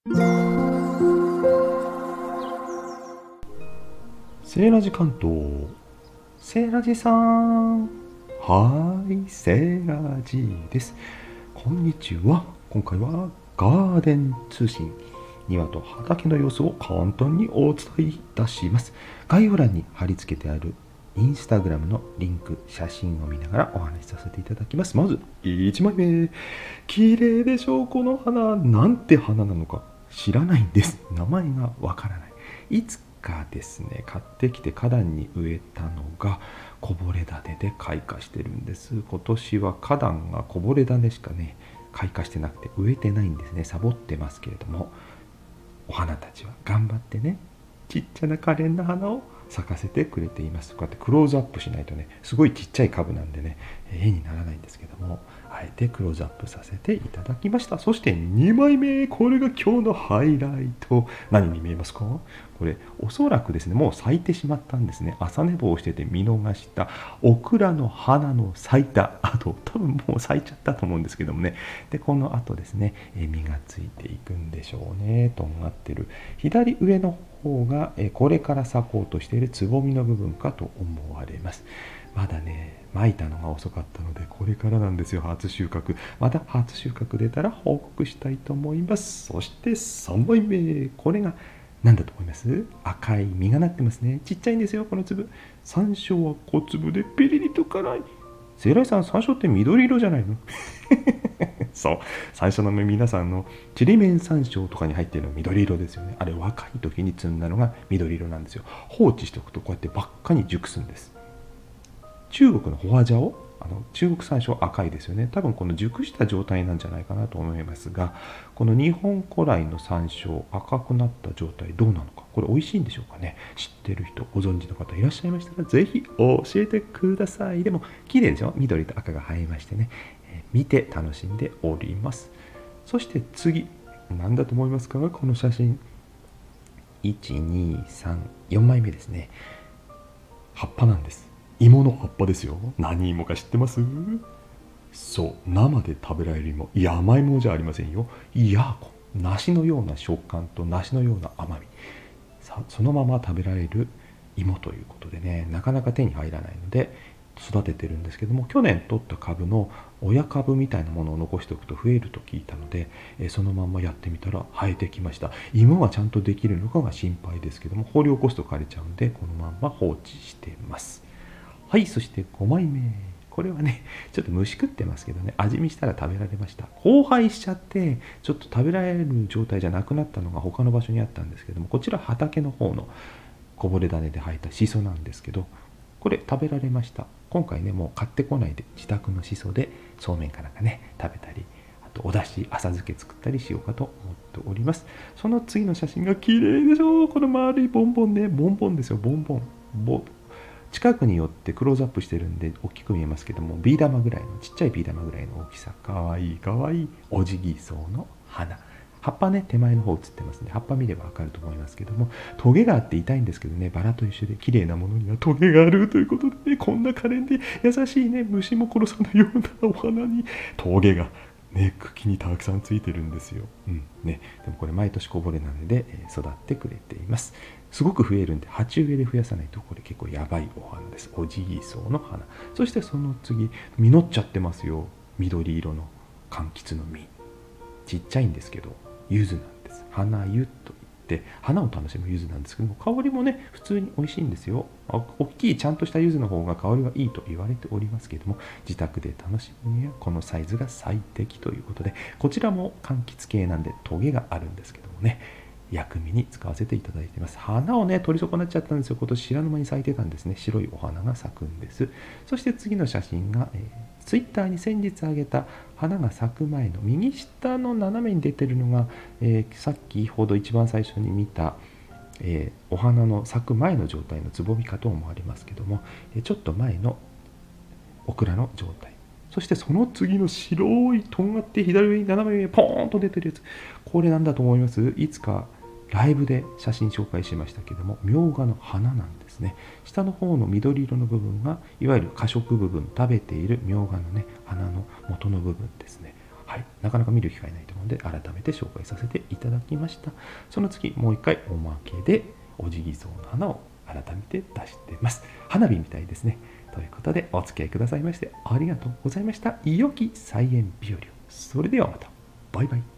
セーラジ関東。セーラジさん。セーラジです。こんにちは。今回はガーデン通信。庭と畑の様子を簡単にお伝えいたします。概要欄に貼り付けてあるインスタグラムのリンク、写真を見ながらお話しさせていただきます。まず1枚目。綺麗でしょう、この花。なんて花なのか知らないんです。名前がわからない。いつかですね、買ってきて花壇に植えたのがこぼれ種で開花してるんです。今年は花壇がこぼれ種しかね開花してなくて植えてないんですね。サボってますけれども、お花たちは頑張ってね、ちっちゃな可憐な花を咲かせてくれています。こうやってクローズアップしないとね、すごいちっちゃい株なんでね、絵にならないんですけども、あえてクローズアップさせていただきました。そして2枚目、これが今日のハイライト。何に見えますか？これおそらくですね、もう咲いてしまったんですね。朝寝坊してて見逃したオクラの花の咲いた後、多分もう咲いちゃったと思うんですけどもね。でこの後ですね、実がついていくんでしょうね。とんがってる左上の方がこれから咲こうとしているつぼみの部分かと思われます。まだね、まいたのが遅かったのでこれからなんですよ、初収穫。また初収穫出たら報告したいと思います。そして3枚目、これが何だと思います？赤い実がなってますね。ちっちゃいんですよ、この粒。山椒は小粒でピリリと辛い。セイライさん、山椒って緑色じゃないの？そう、最初の皆さんのちりめん山椒とかに入っているのは緑色ですよね。あれ若い時に摘んだのが緑色なんですよ。放置しておくとこうやってばっかに熟すんです。中国のホアジャオ、中国山椒赤いですよね。多分この熟した状態なんじゃないかなと思いますが、この日本古来の山椒赤くなった状態どうなのか、これ美味しいんでしょうかね。知ってる人、ご存知の方いらっしゃいましたらぜひ教えてください。でも綺麗でしょ、緑と赤が映えましてね、見て楽しんでおります。そして次、何だと思いますか？この写真。123、4枚目ですね。葉っぱなんです。芋の葉っぱですよ。何芋か知ってます？そう、生で食べられる芋。いや、甘いものじゃありませんよ。いや、梨のような食感と梨のような甘み。そのまま食べられる芋ということでね、なかなか手に入らないので育ててるんですけども、去年取った株の親株みたいなものを残しておくと増えると聞いたので、そのまんまやってみたら生えてきました。芋はちゃんとできるのかが心配ですけども、掘り起こすと枯れちゃうんでこのまんま放置してます。はい、そして5枚目。これはね、ちょっと虫食ってますけどね、味見したら食べられました。荒廃しちゃって、ちょっと食べられる状態じゃなくなったのが他の場所にあったんですけども、こちら畑の方のこぼれ種で生えたシソなんですけど、これ食べられました。今回ね、もう買ってこないで自宅のシソでそうめんかなんかね、食べたり、あとお出汁、浅漬け作ったりしようかと思っております。その次の写真が綺麗でしょう。この丸いボンボンね、ボンボンですよ、ボンボン。近くによってクローズアップしてるんで大きく見えますけども、ビー玉ぐらいの、ちっちゃいビー玉ぐらいの大きさ。かわいいかわいいオジギソウの花。葉っぱね、手前の方映ってますね。葉っぱ見ればわかると思いますけども、トゲがあって痛いんですけどね、バラと一緒で綺麗なものにはトゲがあるということでね、こんな可憐で優しいね、虫も殺さないようなお花にトゲがね、茎にたくさんついてるんですよ。ね、でもこれ毎年こぼれ種で育ってくれています。すごく増えるんで鉢植えで増やさないとこれ結構やばいお花です。オジギソウの花。そしてその次、実っちゃってますよ。緑色の柑橘の実。ちっちゃいんですけど柚子なんです。花柚といって花を楽しむ柚子なんですけども、香りもね普通に美味しいんですよ。大きいちゃんとした柚子の方が香りがいいと言われておりますけども、自宅で楽しむにはこのサイズが最適ということで、こちらも柑橘系なんでトゲがあるんですけどもね、薬味に使わせていただいています。花をね取り損なっちゃったんですよ。今年知らぬ間に咲いてたんですね。白いお花が咲くんです。そして次の写真が、ツイッターに先日あげた花が咲く前の右下の斜めに出てるのが、さっきほど一番最初に見た、お花の咲く前の状態のつぼみかと思われますけども、ちょっと前のオクラの状態。そしてその次の白いとんがって左上に斜め上にポーンと出てるやつ、これなんだと思います？いつかライブで写真紹介しましたけども、みょうがの花なんですね。下の方の緑色の部分がいわゆる花色部分、食べているみょうがのね花の元の部分ですね。 はい、なかなか見る機会ないと思うので改めて紹介させていただきました。その次もう一回おまけでオジギソウの花を改めて出してます。花火みたいですね。ということでお付き合いくださいましてありがとうございました。良き菜園日和を。それではまた。バイバイ。